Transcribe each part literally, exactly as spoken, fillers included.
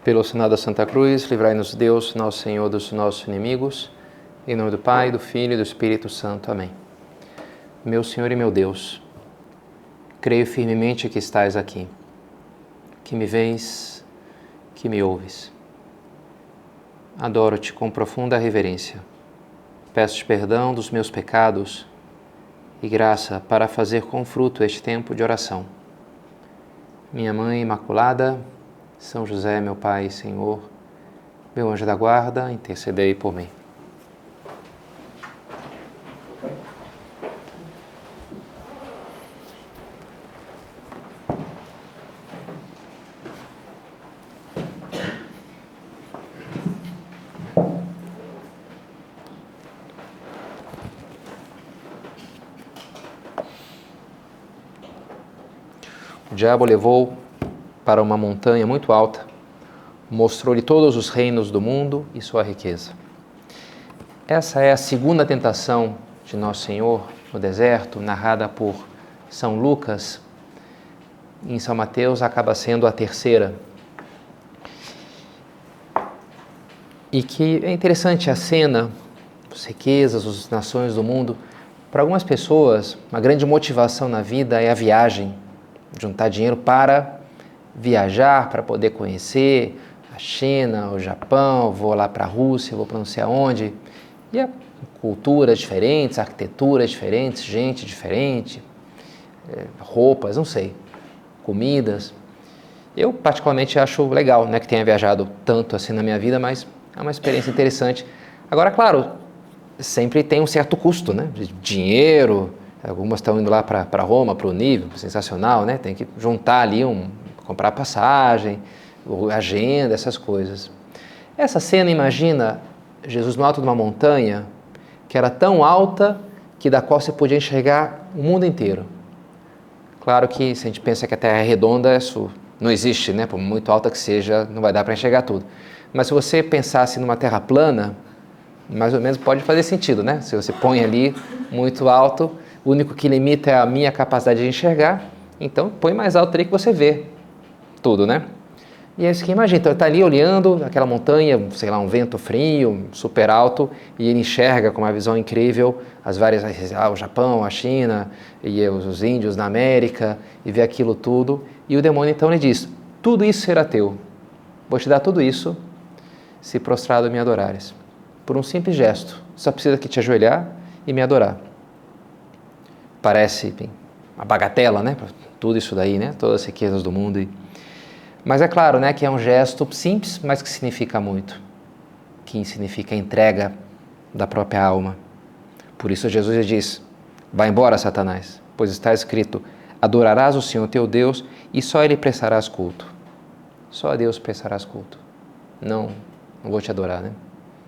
Pelo sinal da Santa Cruz, livrai-nos Deus, nosso Senhor, dos nossos inimigos. Em nome do Pai, do Filho e do Espírito Santo. Amém. Meu Senhor e meu Deus, creio firmemente que estais aqui, que me vês, que me ouves. Adoro-te com profunda reverência. Peço-te perdão dos meus pecados e graça para fazer com fruto este tempo de oração. Minha Mãe Imaculada, São José, meu Pai e Senhor, meu anjo da guarda, intercedei por mim. O diabo levou para uma montanha muito alta, mostrou-lhe todos os reinos do mundo e sua riqueza. Essa é a segunda tentação de Nosso Senhor no deserto, narrada por São Lucas. Em São Mateus acaba sendo a terceira. E que é interessante a cena, as riquezas, as nações do mundo. Para algumas pessoas, uma grande motivação na vida é a viagem, juntar dinheiro para viajar, para poder conhecer a China, o Japão, vou lá para a Rússia, vou para não sei aonde. E é culturas diferentes, arquiteturas diferentes, gente diferente, roupas, não sei, comidas. Eu particularmente acho legal, né, que tenha viajado tanto assim na minha vida, mas é uma experiência interessante. Agora, claro, sempre tem um certo custo, né, de dinheiro. Algumas estão indo lá para Roma, para o nível, sensacional, né? Tem que juntar ali, um, comprar passagem, agenda, essas coisas. Essa cena, imagina Jesus no alto de uma montanha que era tão alta que da qual você podia enxergar o mundo inteiro. Claro que se a gente pensa que a Terra é redonda, isso não existe, né? Por muito alta que seja, não vai dar para enxergar tudo. Mas se você pensasse numa Terra plana, mais ou menos pode fazer sentido, né? Se você põe ali muito alto, o único que limita é a minha capacidade de enxergar, então põe mais alto ali que você vê tudo, né? E é isso que imagina, então ele está ali olhando aquela montanha, sei lá, um vento frio, super alto, e ele enxerga com uma visão incrível as várias, ah, o Japão, a China, e os, os índios na América, e vê aquilo tudo, e o demônio então lhe diz, tudo isso será teu, vou te dar tudo isso, se prostrado me adorares. Por um simples gesto, só precisa que te ajoelhar e me adorar. Parece bem, uma bagatela, né? Tudo isso daí, né? Todas as riquezas do mundo. E... Mas é claro, né, que é um gesto simples, mas que significa muito. Que significa a entrega da própria alma. Por isso Jesus diz, vai embora, Satanás, pois está escrito, adorarás o Senhor teu Deus e só Ele prestarás culto. Só a Deus prestarás culto. Não, não vou te adorar, né?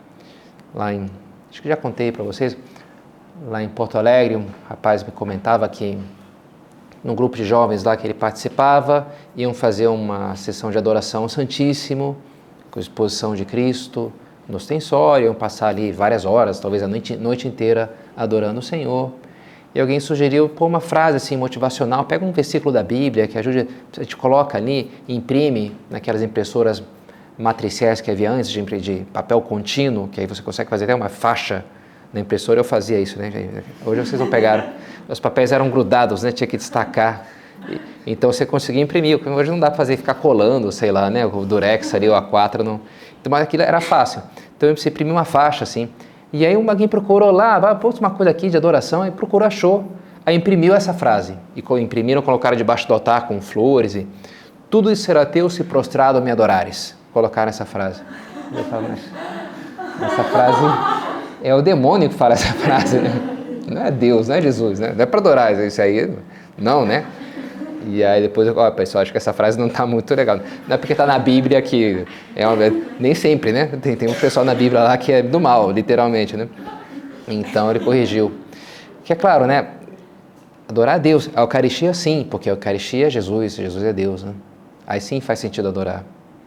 Lá em, acho que já contei para vocês, lá em Porto Alegre, um rapaz me comentava que num grupo de jovens lá que ele participava, iam fazer uma sessão de adoração ao Santíssimo, com exposição de Cristo, no ostensório, iam passar ali várias horas, talvez a noite, noite inteira, adorando o Senhor. E alguém sugeriu pôr uma frase assim, motivacional, pega um versículo da Bíblia que ajude, a gente coloca ali, imprime naquelas impressoras matriciais que havia antes, de, de papel contínuo, que aí você consegue fazer até uma faixa na impressora. Eu fazia isso, né? Hoje vocês não pegaram, os papéis eram grudados, né? Tinha que destacar, e, então você conseguia imprimir, hoje não dá para fazer, ficar colando, sei lá, né? O Durex ali, o A quatro, não... Então, mas aquilo era fácil, então você imprimia uma faixa assim, e aí alguém procurou lá, vai, pôs uma coisa aqui de adoração, aí procurou, achou, aí imprimiu essa frase, e imprimiram, colocaram debaixo do altar com flores, e tudo isso será teu se prostrado me adorares, colocaram essa frase. Eu falo, mas essa frase... É o demônio que fala essa frase, né? Não é Deus, não é Jesus, né? Não é para adorar isso aí, não, né? E aí depois, ó, pessoal, acho que essa frase não está muito legal. Não é porque está na Bíblia que... É uma, nem sempre, né? Tem, tem um pessoal na Bíblia lá que é do mal, literalmente, né? Então ele corrigiu. Que é claro, né? Adorar a Deus. A Eucaristia, sim, porque a Eucaristia é Jesus, Jesus é Deus, né? Aí sim faz sentido adorar.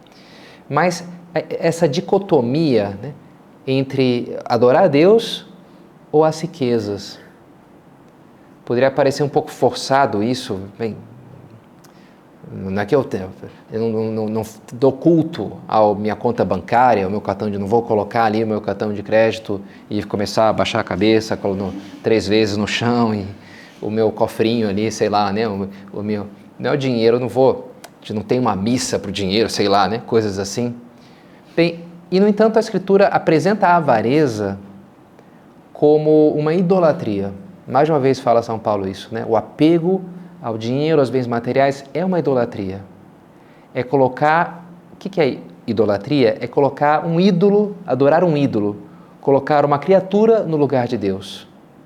Mas essa dicotomia, né, entre adorar a Deus ou as riquezas, poderia parecer um pouco forçado isso, bem, Não é que eu, tenho, eu não, não, não dou culto à minha conta bancária, ao meu cartão de... Não vou colocar ali o meu cartão de crédito e começar a baixar a cabeça no, três vezes no chão e o meu cofrinho ali, sei lá, né? O, o meu... Não é o dinheiro, eu não vou... Não tem uma missa para o dinheiro, sei lá, né? Coisas assim. Bem, e no entanto a Escritura apresenta a avareza como uma idolatria. Mais uma vez fala São Paulo isso, né? O apego ao dinheiro, aos bens materiais, é uma idolatria. É colocar... O que é idolatria? É colocar um ídolo, adorar um ídolo, colocar uma criatura no lugar de Deus.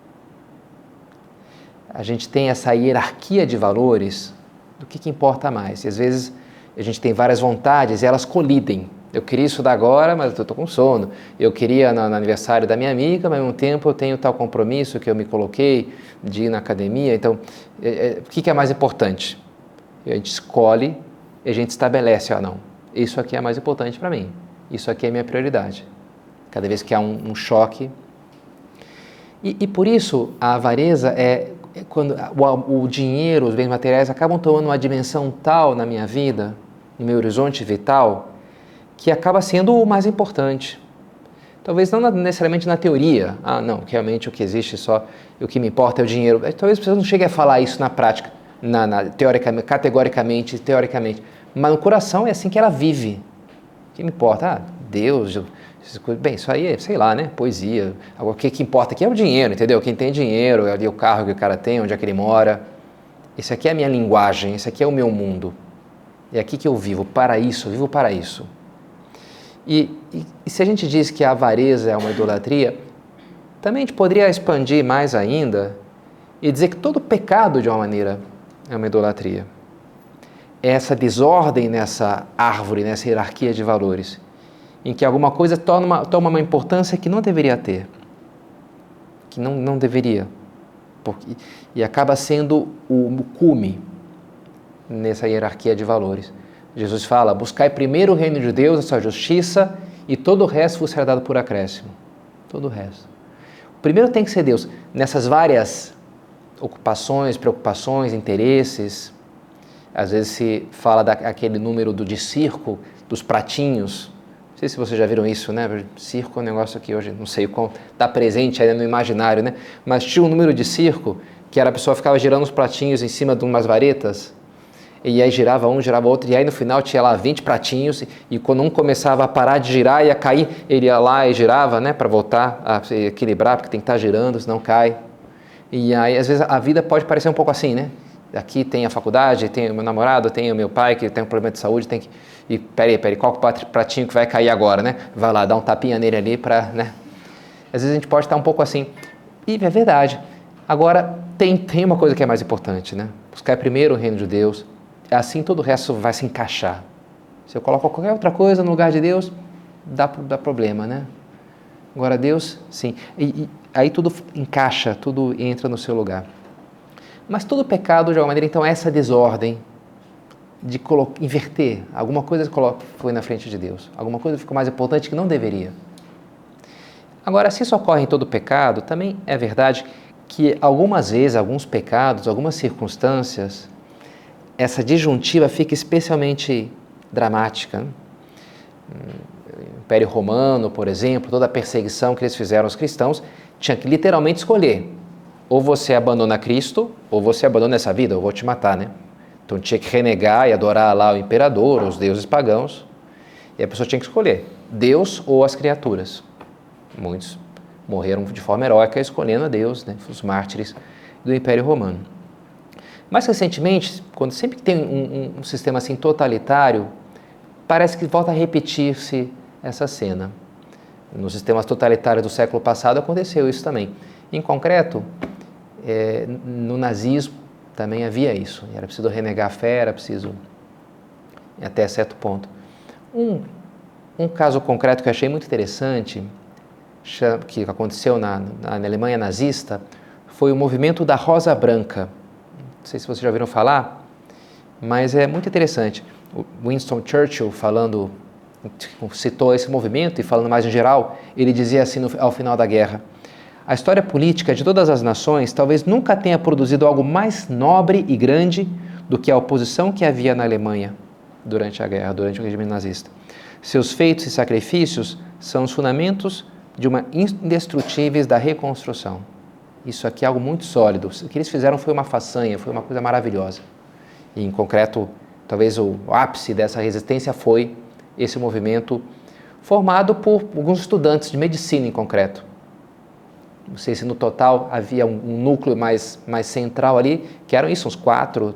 A gente tem essa hierarquia de valores do que, que importa mais. E às vezes a gente tem várias vontades e elas colidem. Eu queria estudar agora, mas eu estou com sono. Eu queria no, no aniversário da minha amiga, mas ao mesmo tempo eu tenho tal compromisso que eu me coloquei de ir na academia. Então, é, é, o que, que é mais importante? A gente escolhe e a gente estabelece, ah, não, isso aqui é mais importante para mim. Isso aqui é minha prioridade. Cada vez que há um, um choque. E, e por isso a avareza é, é quando o, o dinheiro, os bens materiais acabam tomando uma dimensão tal na minha vida, no meu horizonte vital, que acaba sendo o mais importante. Talvez não necessariamente na teoria, ah, não, realmente o que existe só, o que me importa é o dinheiro. Talvez você não chegue a falar isso na prática, na, na, teoricamente, categoricamente, teoricamente, mas no coração é assim que ela vive. O que me importa? Ah, Deus, bem, isso aí é, sei lá, né, poesia. Agora, o que, que importa aqui é o dinheiro, entendeu? Quem tem dinheiro, é o carro que o cara tem, onde é que ele mora. Esse aqui é a minha linguagem, esse aqui é o meu mundo. É aqui que eu vivo, para isso, eu vivo para isso. E, e, e se a gente diz que a avareza é uma idolatria, também a gente poderia expandir mais ainda e dizer que todo pecado, de uma maneira, é uma idolatria. É essa desordem nessa árvore, nessa hierarquia de valores, em que alguma coisa toma uma, toma uma importância que não deveria ter, que não, não deveria, porque, e acaba sendo o, o cume nessa hierarquia de valores. Jesus fala, buscai primeiro o reino de Deus, a sua justiça, e todo o resto vos será dado por acréscimo. Todo o resto. O primeiro tem que ser Deus. Nessas várias ocupações, preocupações, interesses, às vezes se fala daquele número do, de circo, dos pratinhos. Não sei se vocês já viram isso, né? Circo é um negócio que hoje, não sei como, está presente ainda no imaginário, né? Mas tinha um número de circo, que era a pessoa ficava girando os pratinhos em cima de umas varetas, e aí girava um, girava outro, e aí no final tinha lá vinte pratinhos, e quando um começava a parar de girar, ia cair, ele ia lá e girava, né, para voltar a equilibrar, porque tem que estar girando, senão cai. E aí, às vezes, a vida pode parecer um pouco assim, né? Aqui tem a faculdade, tem o meu namorado, tem o meu pai que tem um problema de saúde, tem que... E peraí, peraí, qual pratinho que vai cair agora, né? Vai lá, dá um tapinha nele ali para, né? Às vezes a gente pode estar um pouco assim. E é verdade. Agora, tem, tem uma coisa que é mais importante, né? Buscar primeiro o reino de Deus. Assim todo o resto vai se encaixar. Se eu coloco qualquer outra coisa no lugar de Deus, dá, dá problema, né? Agora Deus, sim. E, e aí tudo encaixa, tudo entra no seu lugar. Mas todo pecado, de alguma maneira, então, é essa desordem de inverter. Alguma coisa foi na frente de Deus. Alguma coisa ficou mais importante que não deveria. Agora, se isso ocorre em todo pecado, também é verdade que algumas vezes, alguns pecados, algumas circunstâncias, essa disjuntiva fica especialmente dramática. O Império Romano, por exemplo, toda a perseguição que eles fizeram aos cristãos, tinha que literalmente escolher. Ou você abandona Cristo, ou você abandona essa vida, eu vou te matar, né? Então tinha que renegar e adorar lá o imperador, os deuses pagãos, e a pessoa tinha que escolher Deus ou as criaturas. Muitos morreram de forma heróica escolhendo a Deus, né? Os mártires do Império Romano. Mais recentemente, quando sempre tem um, um, um sistema assim totalitário, parece que volta a repetir-se essa cena. Nos sistemas totalitários do século passado aconteceu isso também. Em concreto, é, no nazismo também havia isso. Era preciso renegar a fé, era preciso até certo ponto. Um, um caso concreto que eu achei muito interessante, que aconteceu na, na Alemanha nazista, foi o movimento da Rosa Branca. Não sei se vocês já ouviram falar, mas é muito interessante. O Winston Churchill, falando, citou esse movimento e falando mais em geral, ele dizia assim no, ao final da guerra: a história política de todas as nações talvez nunca tenha produzido algo mais nobre e grande do que a oposição que havia na Alemanha durante a guerra, durante o regime nazista. Seus feitos e sacrifícios são os fundamentos de uma indestrutíveis da reconstrução. Isso aqui é algo muito sólido. O que eles fizeram foi uma façanha, foi uma coisa maravilhosa. E, em concreto, talvez o ápice dessa resistência foi esse movimento formado por alguns estudantes de medicina, em concreto. Não sei se no total havia um, um núcleo mais, mais central ali, que eram isso, uns quatro,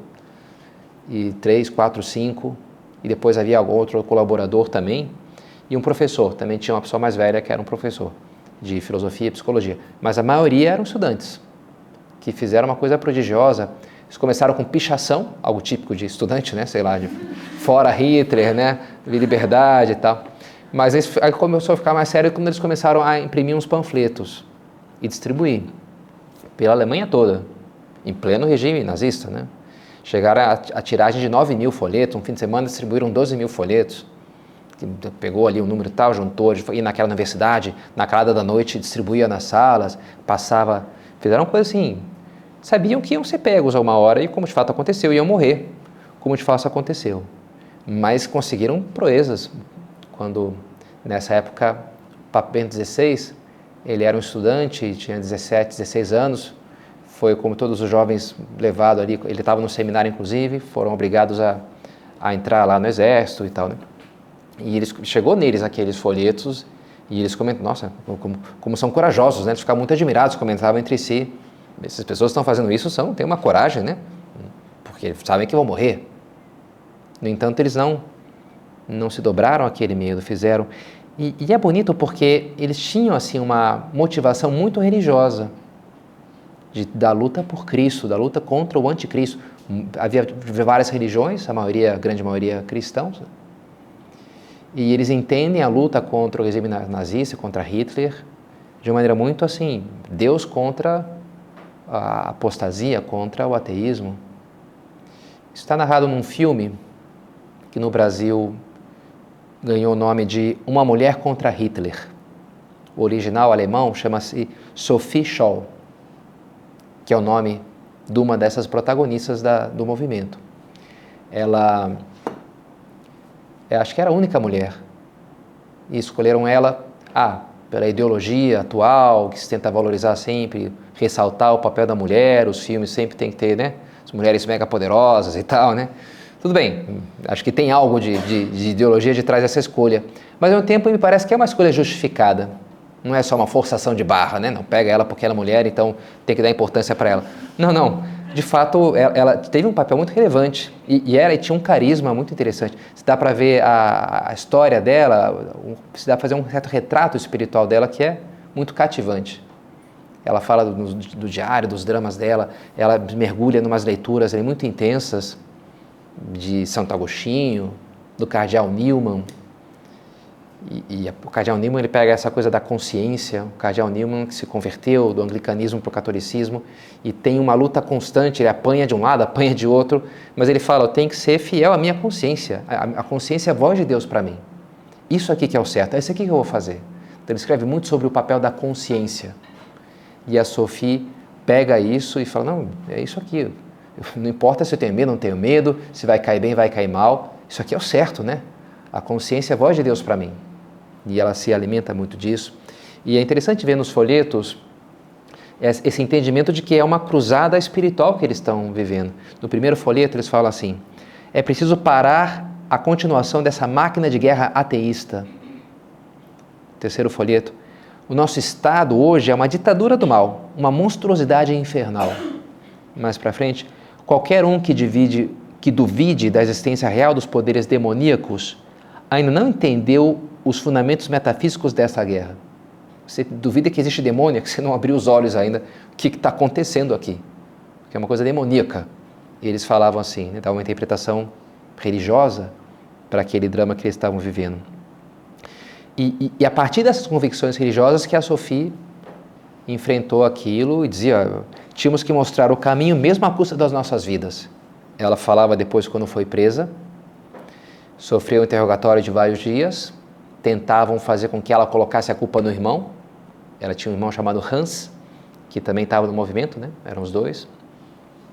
e três, quatro, cinco, e depois havia algum outro colaborador também, e um professor, também tinha uma pessoa mais velha que era um professor de filosofia e psicologia, mas a maioria eram estudantes, que fizeram uma coisa prodigiosa. Eles começaram com pichação, algo típico de estudante, né, sei lá, de fora Hitler, né, liberdade e tal, mas aí começou a ficar mais sério quando eles começaram a imprimir uns panfletos e distribuir pela Alemanha toda, em pleno regime nazista, né. Chegaram a, a tiragem de nove mil folhetos, um fim de semana distribuíram doze mil folhetos, que pegou ali um número tal, juntou, ia naquela universidade, na calada da noite, distribuía nas salas, passava, fizeram coisa assim, sabiam que iam ser pegos a uma hora e como de fato aconteceu, iam morrer, como de fato aconteceu, mas conseguiram proezas, quando nessa época, Papa Bento dezesseis, ele era um estudante, tinha dezessete, dezesseis anos, foi como todos os jovens levado ali, ele estava no seminário inclusive, foram obrigados a, a entrar lá no exército e tal, né? E eles, chegou neles aqueles folhetos e eles comentam, nossa, como, como são corajosos, né? Eles ficavam muito admirados, comentavam entre si, essas pessoas que estão fazendo isso são, têm uma coragem, né? Porque sabem que vão morrer. No entanto, eles não, não se dobraram àquele medo, fizeram. E, e é bonito porque eles tinham assim uma motivação muito religiosa, De, da luta por Cristo, da luta contra o anticristo. Havia várias religiões, a maioria, a grande maioria cristãos, e eles entendem a luta contra o regime nazista, contra Hitler, de uma maneira muito assim, Deus contra a apostasia, contra o ateísmo. Isso está narrado num filme que no Brasil ganhou o nome de Uma Mulher contra Hitler. O original alemão chama-se Sophie Scholl, que é o nome de uma dessas protagonistas da, do movimento. Ela, eu acho que era a única mulher, e escolheram ela, ah, pela ideologia atual, que se tenta valorizar sempre, ressaltar o papel da mulher, os filmes sempre tem que ter, né, as mulheres mega poderosas e tal, né, tudo bem, acho que tem algo de, de, de ideologia de trás dessa escolha, mas ao mesmo tempo me parece que é uma escolha justificada. Não é só uma forçação de barra, né? Não pega ela porque ela é mulher, então tem que dar importância para ela. Não, não. De fato, ela, ela teve um papel muito relevante e, e ela tinha um carisma muito interessante. Se dá para ver a, a história dela, se dá para fazer um certo retrato espiritual dela que é muito cativante. Ela fala do, do diário, dos dramas dela, ela mergulha em umas leituras ali, muito intensas de Santo Agostinho, do Cardeal Newman. E, e o Cardeal Newman ele pega essa coisa da consciência, o Cardeal Newman que se converteu do anglicanismo para o catolicismo e tem uma luta constante, ele apanha de um lado, apanha de outro, mas ele fala, eu tenho que ser fiel à minha consciência, a, a consciência é a voz de Deus para mim. Isso aqui que é o certo, é isso aqui que eu vou fazer. Então ele escreve muito sobre o papel da consciência. E a Sophie pega isso e fala, não, é isso aqui, não importa se eu tenho medo, não tenho medo, se vai cair bem, vai cair mal, isso aqui é o certo, né? A consciência é a voz de Deus para mim. E ela se alimenta muito disso. E é interessante ver nos folhetos esse entendimento de que é uma cruzada espiritual que eles estão vivendo. No primeiro folheto eles falam assim, é preciso parar a continuação dessa máquina de guerra ateísta. Terceiro folheto, o nosso Estado hoje é uma ditadura do mal, uma monstruosidade infernal. Mais para frente, qualquer um que, divide, que duvide da existência real dos poderes demoníacos ainda não entendeu os fundamentos metafísicos dessa guerra. Você duvida que existe demônio, que você não abriu os olhos ainda, o que está acontecendo aqui? Que é uma coisa demoníaca. E eles falavam assim, né, davam uma interpretação religiosa para aquele drama que eles estavam vivendo. E, e, e a partir dessas convicções religiosas que a Sophie enfrentou aquilo e dizia, tínhamos que mostrar o caminho mesmo à custa das nossas vidas. Ela falava depois quando foi presa, sofreu um interrogatório de vários dias, tentavam fazer com que ela colocasse a culpa no irmão. Ela tinha um irmão chamado Hans, que também estava no movimento, né? Eram os dois.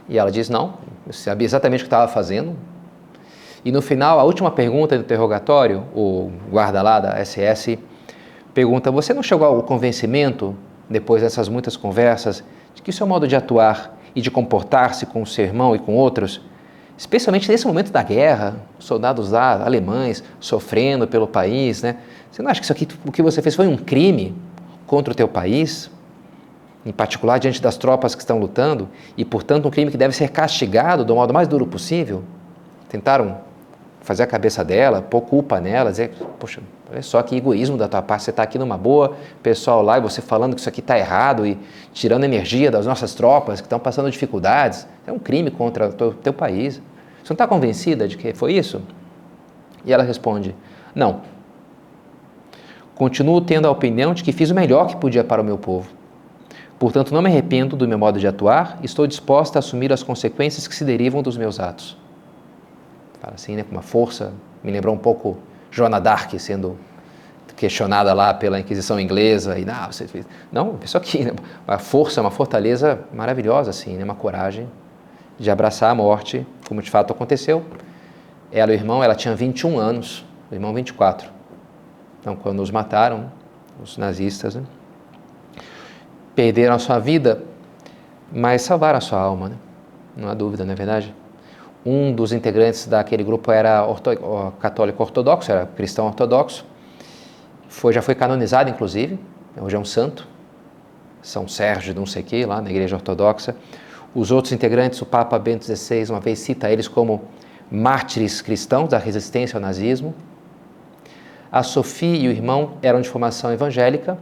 E ela diz, não, eu sabia exatamente o que estava fazendo. E no final, a última pergunta do interrogatório, o guarda lá da S S pergunta, você não chegou ao convencimento, depois dessas muitas conversas, de que o seu modo de atuar e de comportar-se com o seu irmão e com outros, especialmente nesse momento da guerra, soldados lá, alemães, sofrendo pelo país, né? Você não acha que isso aqui, o que você fez foi um crime contra o teu país? Em particular diante das tropas que estão lutando, e portanto um crime que deve ser castigado do modo mais duro possível? Tentaram fazer a cabeça dela, pôr culpa nela, dizer, poxa, olha só que egoísmo da tua parte, você está aqui numa boa, pessoal lá, e você falando que isso aqui está errado e tirando energia das nossas tropas que estão passando dificuldades, é um crime contra o teu, teu país. Você não está convencida de que foi isso? E ela responde, não. Continuo tendo a opinião de que fiz o melhor que podia para o meu povo. Portanto, não me arrependo do meu modo de atuar e estou disposta a assumir as consequências que se derivam dos meus atos. Fala assim, né, com uma força, me lembrou um pouco Joana d'Arc sendo questionada lá pela Inquisição inglesa, e não, você fez... Não, isso aqui, né, uma força, uma fortaleza maravilhosa, assim, né, uma coragem de abraçar a morte, como de fato aconteceu. Ela e o irmão, ela tinha vinte e um anos, o irmão vinte e quatro. Então, quando os mataram, os nazistas, né, perderam a sua vida, mas salvaram a sua alma, né? Não há dúvida, não é verdade? Um dos integrantes daquele grupo era orto, católico ortodoxo, era cristão ortodoxo, foi, já foi canonizado, inclusive, hoje é um santo, São Sérgio, não sei o que, lá na igreja ortodoxa. Os outros integrantes, o Papa Bento dezesseis, uma vez cita eles como mártires cristãos da resistência ao nazismo. A Sophie e o irmão eram de formação evangélica,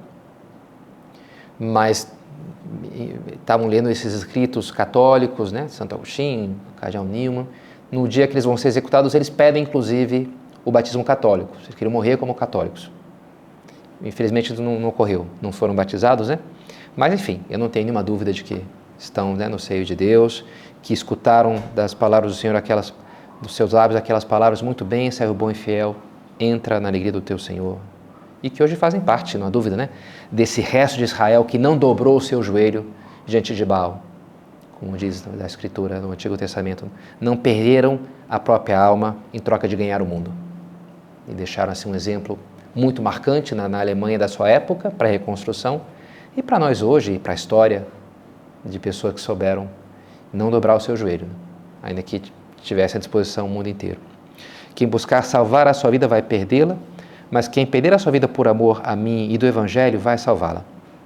mas estavam lendo esses escritos católicos, né, Santo Agostinho, Cardeal Newman. No dia que eles vão ser executados, eles pedem, inclusive, o batismo católico. Eles queriam morrer como católicos. Infelizmente, não, não ocorreu, não foram batizados, né? Mas, enfim, eu não tenho nenhuma dúvida de que estão, né, no seio de Deus, que escutaram das palavras do Senhor, aquelas, dos seus lábios, aquelas palavras, muito bem, servo bom e fiel, entra na alegria do teu Senhor. E que hoje fazem parte, não há dúvida, né, desse resto de Israel que não dobrou o seu joelho diante de Baal, como diz a Escritura no Antigo Testamento. Não perderam a própria alma em troca de ganhar o mundo. E deixaram assim um exemplo muito marcante na, na Alemanha da sua época, para a reconstrução, e para nós hoje, para a história de pessoas que souberam não dobrar o seu joelho, né, ainda que tivesse à disposição o mundo inteiro. Quem buscar salvar a sua vida vai perdê-la, mas quem perder a sua vida por amor a mim e do Evangelho vai salvá-la.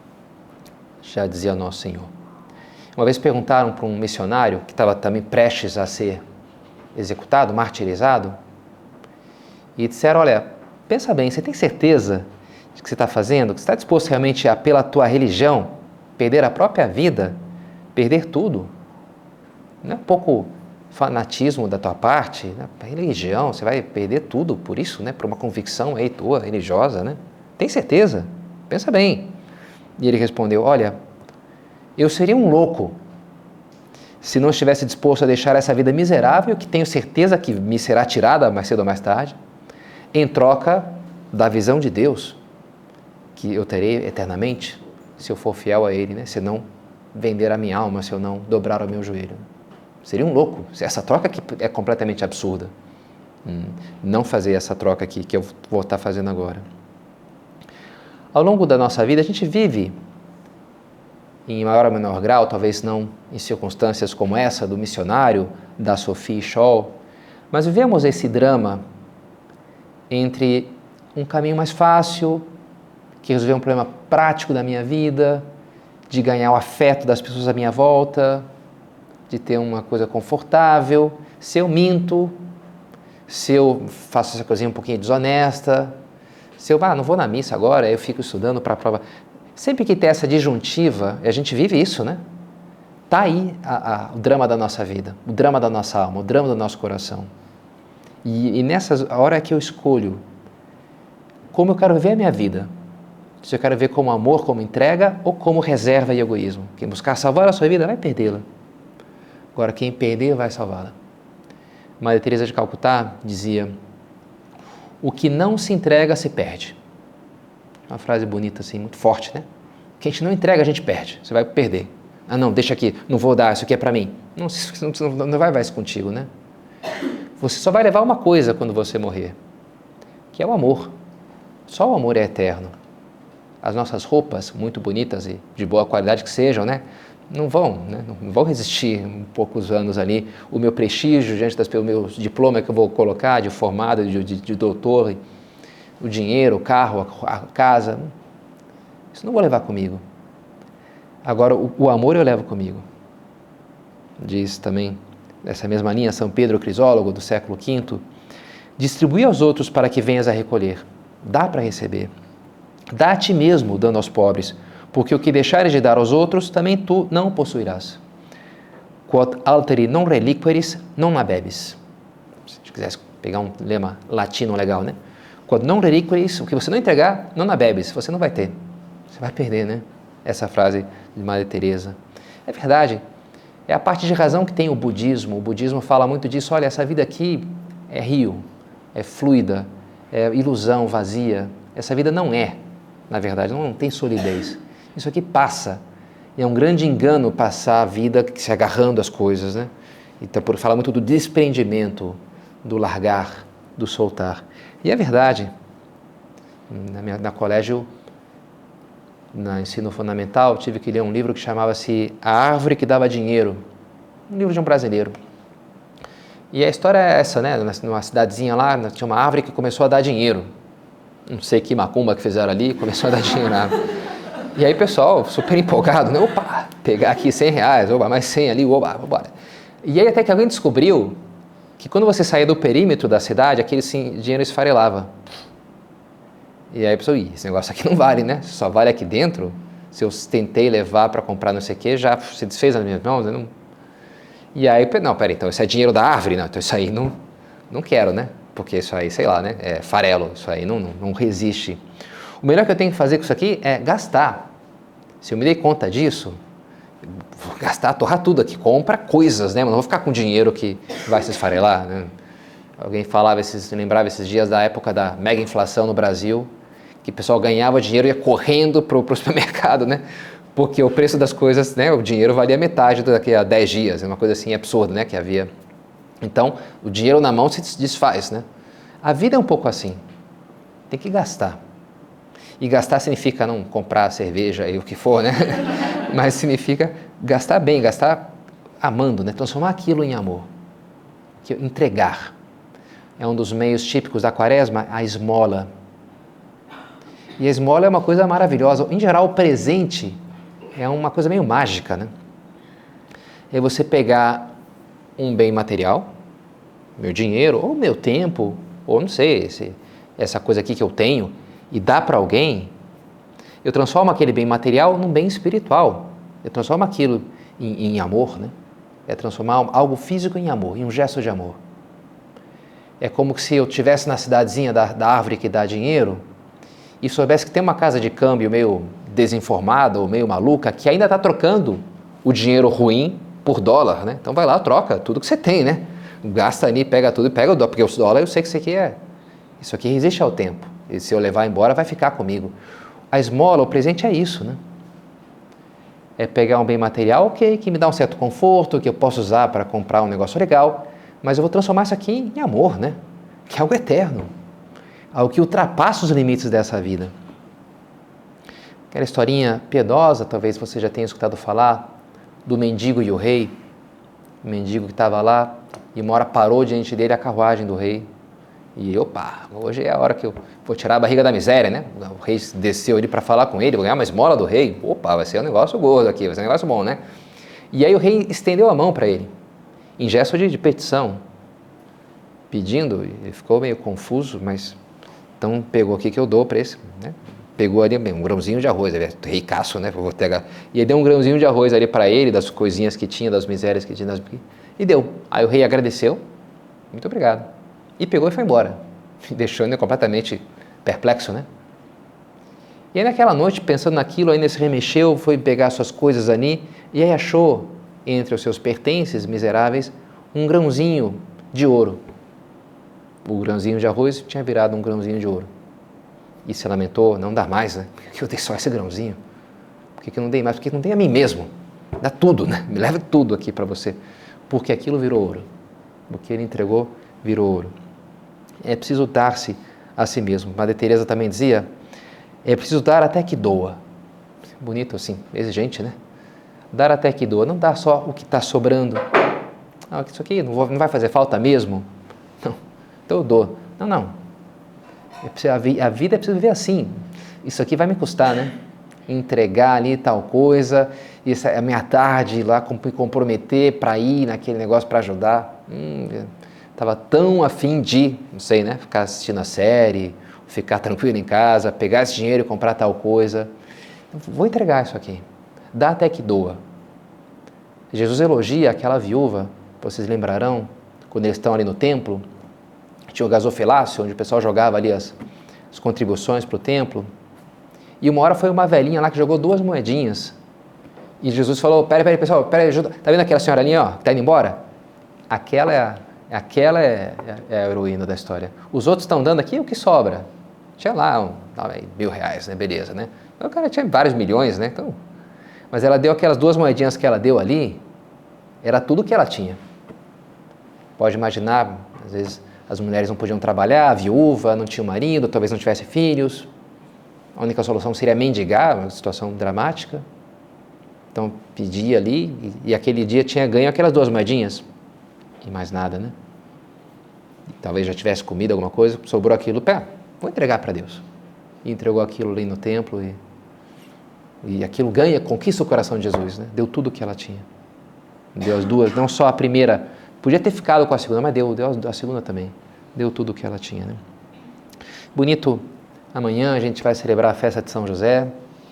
Já dizia nosso Senhor. Uma vez perguntaram para um missionário que estava também prestes a ser executado, martirizado, e disseram, olha, pensa bem, você tem certeza de que você está fazendo, que você está disposto realmente a, pela tua religião, perder a própria vida, perder tudo? Não é um pouco fanatismo da tua parte, né? Religião, você vai perder tudo por isso, né? Por uma convicção aí tua, religiosa, né? Tem certeza? Pensa bem. E ele respondeu, olha, eu seria um louco se não estivesse disposto a deixar essa vida miserável, que tenho certeza que me será tirada mais cedo ou mais tarde, em troca da visão de Deus, que eu terei eternamente, se eu for fiel a Ele, né? Se não vender a minha alma, se eu não dobrar o meu joelho. Seria um louco. Essa troca aqui é completamente absurda. Hum, não fazer essa troca aqui que eu vou estar fazendo agora. Ao longo da nossa vida, a gente vive, em maior ou menor grau, talvez não em circunstâncias como essa do missionário, da Sophie Scholl, mas vivemos esse drama entre um caminho mais fácil, que resolver um problema prático da minha vida, de ganhar o afeto das pessoas à minha volta, de ter uma coisa confortável, se eu minto, se eu faço essa coisinha um pouquinho desonesta, se eu ah, não vou na missa agora, eu fico estudando para a prova. Sempre que tem essa disjuntiva, a gente vive isso, né? Está aí a, a, o drama da nossa vida, o drama da nossa alma, o drama do nosso coração. E, e nessa hora é que eu escolho como eu quero viver a minha vida. Se eu quero ver como amor, como entrega, ou como reserva e egoísmo. Quem buscar salvar a sua vida vai perdê-la. Agora, quem perder vai salvá-la. Maria Teresa de Calcutá dizia, o que não se entrega se perde. Uma frase bonita assim, muito forte, né? O que a gente não entrega, a gente perde. Você vai perder. Ah, não, deixa aqui, não vou dar, isso aqui é para mim. Não, não, não vai levar isso contigo, né? Você só vai levar uma coisa quando você morrer, que é o amor. Só o amor é eterno. As nossas roupas, muito bonitas e de boa qualidade que sejam, né? Não vão, né? Não vão resistir um poucos anos ali. O meu prestígio diante das o meu diploma que eu vou colocar de formado, de, de, de doutor, o dinheiro, o carro, a, a casa, isso não vou levar comigo. Agora, o, o amor eu levo comigo. Diz também, nessa mesma linha, São Pedro Crisólogo, do século quinto, distribui aos outros para que venhas a recolher. Dá para receber. Dá a ti mesmo, dando aos pobres, porque o que deixares de dar aos outros, também tu não possuirás. Quod alteri non reliqueris, non habebis. Se quisesse pegar um lema latino legal, né? Quod non reliqueris, o que você não entregar, non habebis, você não vai ter. Você vai perder, né? Essa frase de Madre Teresa. É verdade. É a parte de razão que tem o budismo. O budismo fala muito disso. Olha, essa vida aqui é rio, é fluida, é ilusão, vazia. Essa vida não é, na verdade, não tem solidez. Isso aqui passa. E é um grande engano passar a vida se agarrando às coisas, né? Então, por falar muito do desprendimento, do largar, do soltar. E é verdade. Na, minha, na colégio, no ensino fundamental, tive que ler um livro que chamava-se A Árvore que Dava Dinheiro. Um livro de um brasileiro. E a história é essa, né? Numa cidadezinha lá, tinha uma árvore que começou a dar dinheiro. Não sei que macumba que fizeram ali, começou a dar dinheiro na árvore. E aí o pessoal, super empolgado, né? Opa, pegar aqui cem reais, opa, mais cem ali, opa, bora. E aí até que alguém descobriu que quando você saía do perímetro da cidade, aquele sim, dinheiro esfarelava. E aí a pessoa, ih, esse negócio aqui não vale, né? Só vale aqui dentro. Se eu tentei levar para comprar não sei o quê, já se desfez nas minhas mãos, eu não... E aí, não, peraí, então isso é dinheiro da árvore? Não, então isso aí não, não quero, né? Porque isso aí, sei lá, né? É farelo, isso aí não, não, não resiste. O melhor que eu tenho que fazer com isso aqui é gastar. Se eu me dei conta disso, vou gastar, torrar tudo aqui, compra coisas, né? Mas não vou ficar com dinheiro que vai se esfarelar, né? Alguém falava, esses, lembrava esses dias da época da mega inflação no Brasil, que o pessoal ganhava dinheiro e ia correndo para o supermercado, né? Porque o preço das coisas, né? O dinheiro valia metade daqui a dez dias, é uma coisa assim absurda, né? Que havia. Então, o dinheiro na mão se desfaz, né? A vida é um pouco assim, tem que gastar. E gastar significa não comprar cerveja e o que for, né? Mas significa gastar bem, gastar amando, né? Transformar aquilo em amor, entregar. É um dos meios típicos da quaresma, a esmola. E a esmola é uma coisa maravilhosa. Em geral, o presente é uma coisa meio mágica, né? É você pegar um bem material, meu dinheiro, ou meu tempo, ou não sei, esse, essa coisa aqui que eu tenho, e dar para alguém, eu transformo aquele bem material num bem espiritual. Eu transformo aquilo em, em amor, né? É transformar algo físico em amor, em um gesto de amor. É como se eu estivesse na cidadezinha da, da árvore que dá dinheiro e soubesse que tem uma casa de câmbio meio desinformada ou meio maluca que ainda está trocando o dinheiro ruim por dólar, né? Então vai lá, troca tudo que você tem, né? Gasta ali, pega tudo e pega o dólar, porque o dólar eu sei que isso aqui é... Isso aqui resiste ao tempo. E se eu levar embora, vai ficar comigo. A esmola, o presente é isso, né? É pegar um bem material, ok, que me dá um certo conforto, que eu posso usar para comprar um negócio legal, mas eu vou transformar isso aqui em amor, né? Que é algo eterno. Algo que ultrapassa os limites dessa vida. Aquela historinha piedosa, talvez você já tenha escutado falar, do mendigo e o rei. O mendigo que estava lá e uma hora parou diante dele a carruagem do rei. E opa, hoje é a hora que eu vou tirar a barriga da miséria, né? O rei desceu ali para falar com ele, vou ganhar uma esmola do rei. Opa, vai ser um negócio gordo aqui, vai ser um negócio bom, né? E aí o rei estendeu a mão para ele, em gesto de, de petição, pedindo, ele ficou meio confuso, mas então pegou aqui que eu dou para esse, né? Pegou ali um grãozinho de arroz, ele é ricaço, né? Vou pegar. E aí deu um grãozinho de arroz ali para ele, das coisinhas que tinha, das misérias que tinha, das... e deu. Aí o rei agradeceu, muito obrigado. E pegou e foi embora, deixando ele completamente perplexo, né? E aí naquela noite, pensando naquilo, ainda se remexeu, foi pegar suas coisas ali, e aí achou, entre os seus pertences miseráveis, um grãozinho de ouro. O grãozinho de arroz tinha virado um grãozinho de ouro. E se lamentou, não dá mais, né? Por que eu dei só esse grãozinho? Por que eu não dei mais? Porque não dei a mim mesmo. dá tudo, né? Me leva tudo aqui para você, porque aquilo virou ouro. O que ele entregou virou ouro. É preciso dar-se a si mesmo. Madre Teresa também dizia, é preciso dar até que doa. Bonito assim, exigente, né? Dar até que doa, não dar só o que está sobrando. Ah, isso aqui não, vou, não vai fazer falta mesmo? Não, então eu dou. Não, não. É preciso, a, vi, a vida é preciso viver assim. Isso aqui vai me custar, né? Entregar ali tal coisa, isso, a minha tarde lá, me comprometer para ir naquele negócio para ajudar. Hum, estava tão afim de, não sei, né? Ficar assistindo a série, ficar tranquilo em casa, pegar esse dinheiro e comprar tal coisa. Vou entregar isso aqui. Dá até que doa. Jesus elogia aquela viúva, vocês lembrarão, quando eles estão ali no templo, tinha o gasofilácio, onde o pessoal jogava ali as, as contribuições para o templo, e uma hora foi uma velhinha lá que jogou duas moedinhas, e Jesus falou, peraí, peraí, pessoal, peraí, ajuda, tá vendo aquela senhora ali, ó, que tá indo embora? Aquela é a, aquela é, é a heroína da história. Os outros estão dando aqui o que sobra. Tinha lá um, mil reais, né, beleza, né? O cara tinha vários milhões, né, então... Mas ela deu aquelas duas moedinhas que ela deu ali, era tudo que ela tinha. Pode imaginar, às vezes as mulheres não podiam trabalhar, a viúva, não tinha marido, talvez não tivesse filhos. A única solução seria mendigar, uma situação dramática. Então pedia ali, e, e aquele dia tinha ganho aquelas duas moedinhas. E mais nada, né? E talvez já tivesse comido alguma coisa, sobrou aquilo, pé, vou entregar para Deus. E entregou aquilo ali no templo e... E aquilo ganha, conquista o coração de Jesus, né? Deu tudo o que ela tinha. Deu as duas, não só a primeira, podia ter ficado com a segunda, mas deu, deu a segunda também. Deu tudo o que ela tinha, né? Bonito, amanhã a gente vai celebrar a festa de São José.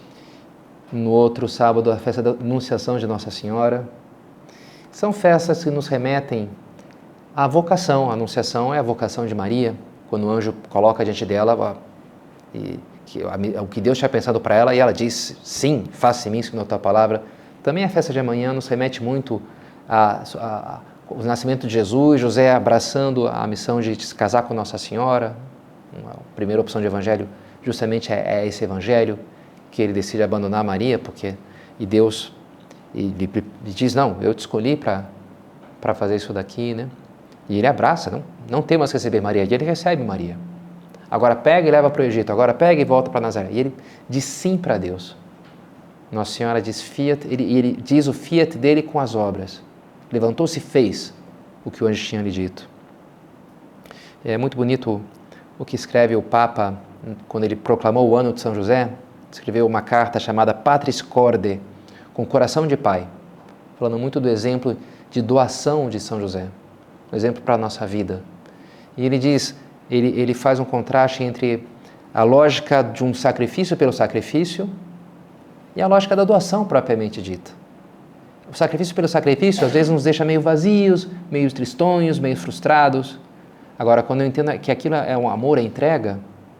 No outro sábado, a festa da Anunciação de Nossa Senhora. São festas que nos remetem à vocação. A Anunciação é a vocação de Maria, quando o anjo coloca diante dela e... Que, o que Deus tinha pensado para ela, e ela diz, sim, faça em mim, segundo a tua palavra. Também a festa de amanhã nos remete muito ao nascimento de Jesus, José abraçando a missão de se casar com Nossa Senhora. A primeira opção de evangelho justamente é, é esse evangelho, que ele decide abandonar Maria, porque, e Deus e lhe, lhe diz, não, eu te escolhi para fazer isso daqui, né? E ele abraça, não, não temas receber Maria, e ele recebe Maria. Agora pega e leva para o Egito, agora pega e volta para Nazaré. E ele diz sim para Deus. Nossa Senhora diz fiat, ele, ele diz o fiat dele com as obras. Levantou-se e fez o que o anjo tinha lhe dito. É muito bonito o que escreve o Papa quando ele proclamou o ano de São José. Escreveu uma carta chamada Patris Corde, com coração de pai, falando muito do exemplo de doação de São José, um exemplo para a nossa vida. E ele diz... Ele, ele faz um contraste entre a lógica de um sacrifício pelo sacrifício e a lógica da doação propriamente dita. O sacrifício pelo sacrifício às vezes nos deixa meio vazios, meio tristonhos, meio frustrados. Agora, quando eu entendo que aquilo é um amor, é entrega,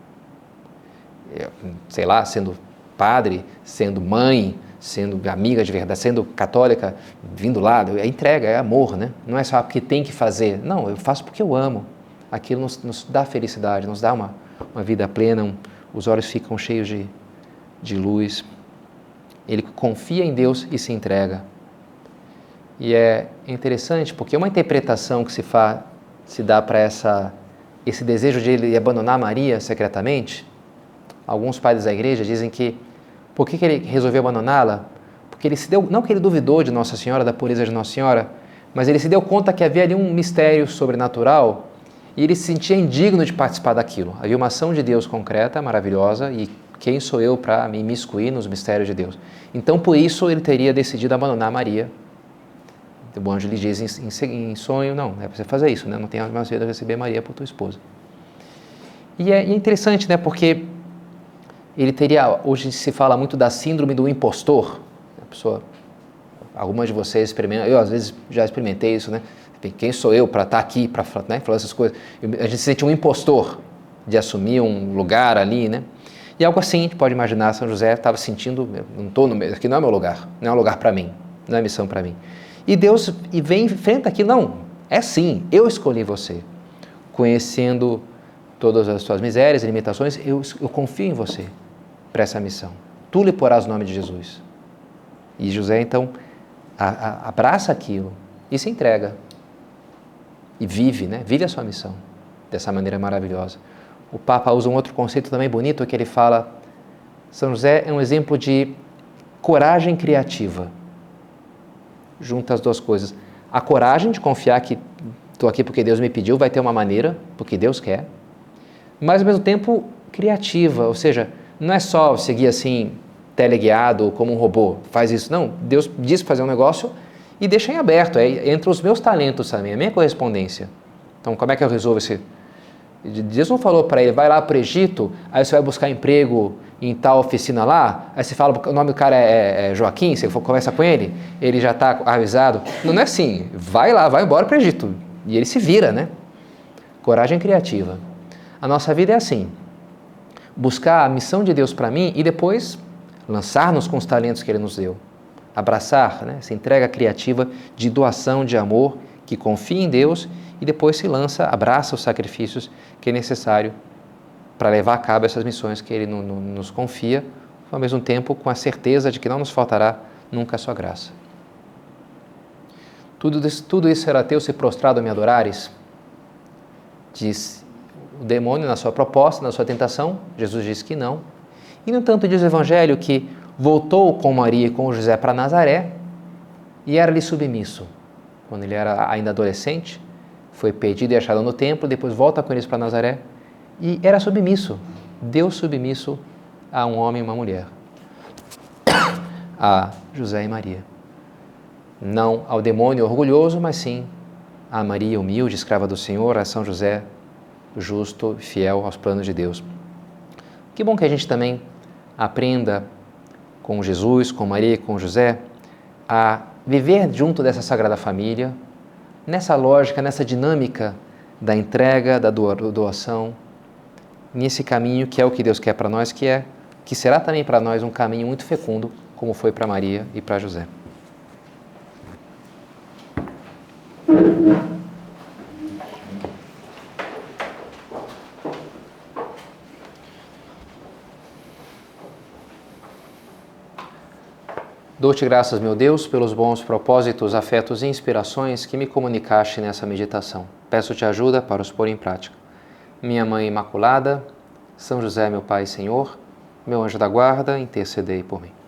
sei lá, sendo padre, sendo mãe, sendo amiga de verdade, sendo católica, vindo lá, é entrega, é amor, né? Não é só porque tem que fazer. Não, eu faço porque eu amo. Aquilo nos, nos dá felicidade, nos dá uma, uma vida plena, um, os olhos ficam cheios de, de luz. Ele confia em Deus e se entrega. E é interessante porque uma interpretação que se, fa, se dá para essa, esse desejo de ele abandonar Maria secretamente, alguns padres da igreja dizem que, por que, que ele resolveu abandoná-la? Porque ele se deu, não que ele duvidou de Nossa Senhora, da pureza de Nossa Senhora, mas ele se deu conta que havia ali um mistério sobrenatural e ele se sentia indigno de participar daquilo. Havia uma ação de Deus concreta, maravilhosa, e quem sou eu para me imiscuir nos mistérios de Deus? Então, por isso, ele teria decidido abandonar Maria. O anjo lhe diz em, em, em sonho, não, é para você fazer isso, né? Não tem mais medo de receber Maria por tua esposa. E é, e é interessante, né? Porque ele teria, hoje se fala muito da síndrome do impostor. A pessoa, algumas de vocês experimentam, eu às vezes já experimentei isso, né? Quem sou eu para estar aqui, para né, falar essas coisas? A gente se sente um impostor de assumir um lugar ali, né? E algo assim, a gente pode imaginar, São José estava sentindo, não estou no meio, aqui não é meu lugar, não é um lugar para mim, não é missão para mim. E Deus e vem e enfrenta aquilo, não, é sim, eu escolhi você. Conhecendo todas as suas misérias e limitações, eu, eu confio em você para essa missão. Tu lhe porás o nome de Jesus. E José, então, a, a, abraça aquilo e se entrega. E vive, né? Vive a sua missão dessa maneira maravilhosa. O Papa usa um outro conceito também bonito, que ele fala, São José é um exemplo de coragem criativa. Junta as duas coisas. A coragem de confiar que estou aqui porque Deus me pediu, vai ter uma maneira, porque Deus quer, mas ao mesmo tempo criativa, ou seja, não é só seguir assim, teleguiado como um robô, faz isso, não, Deus diz fazer um negócio e deixa em aberto, é entre os meus talentos também, a minha correspondência. Então como é que eu resolvo esse... Deus não falou para ele, vai lá para o Egito, aí você vai buscar emprego em tal oficina lá, aí você fala, o nome do cara é, é Joaquim, você conversa com ele, ele já está avisado. Não, não é assim, vai lá, vai embora para o Egito. E ele se vira, né? Coragem criativa. A nossa vida é assim, buscar a missão de Deus para mim e depois lançar-nos com os talentos que Ele nos deu. Abraçar, né? Essa entrega criativa de doação, de amor, que confia em Deus e depois se lança, abraça os sacrifícios que é necessário para levar a cabo essas missões que Ele no, no, nos confia, ao mesmo tempo com a certeza de que não nos faltará nunca a sua graça. Tudo isso, tudo isso será teu se prostrado a me adorares? Diz o demônio na sua proposta, na sua tentação. Jesus diz que não. E no entanto diz o Evangelho que voltou com Maria e com José para Nazaré e era-lhe submisso. Quando ele era ainda adolescente, foi perdido e achado no templo, depois volta com eles para Nazaré e era submisso, Deus submisso a um homem e uma mulher, a José e Maria. Não ao demônio orgulhoso, mas sim a Maria humilde, escrava do Senhor, a São José justo, fiel aos planos de Deus. Que bom que a gente também aprenda com Jesus, com Maria e com José a viver junto dessa Sagrada Família, nessa lógica, nessa dinâmica da entrega, da doação, nesse caminho que é o que Deus quer para nós, que é que será também para nós um caminho muito fecundo, como foi para Maria e para José. Dou-te graças, meu Deus, pelos bons propósitos, afetos e inspirações que me comunicaste nessa meditação. Peço-te ajuda para os pôr em prática. Minha Mãe Imaculada, São José, meu Pai e Senhor, meu anjo da guarda, intercedei por mim.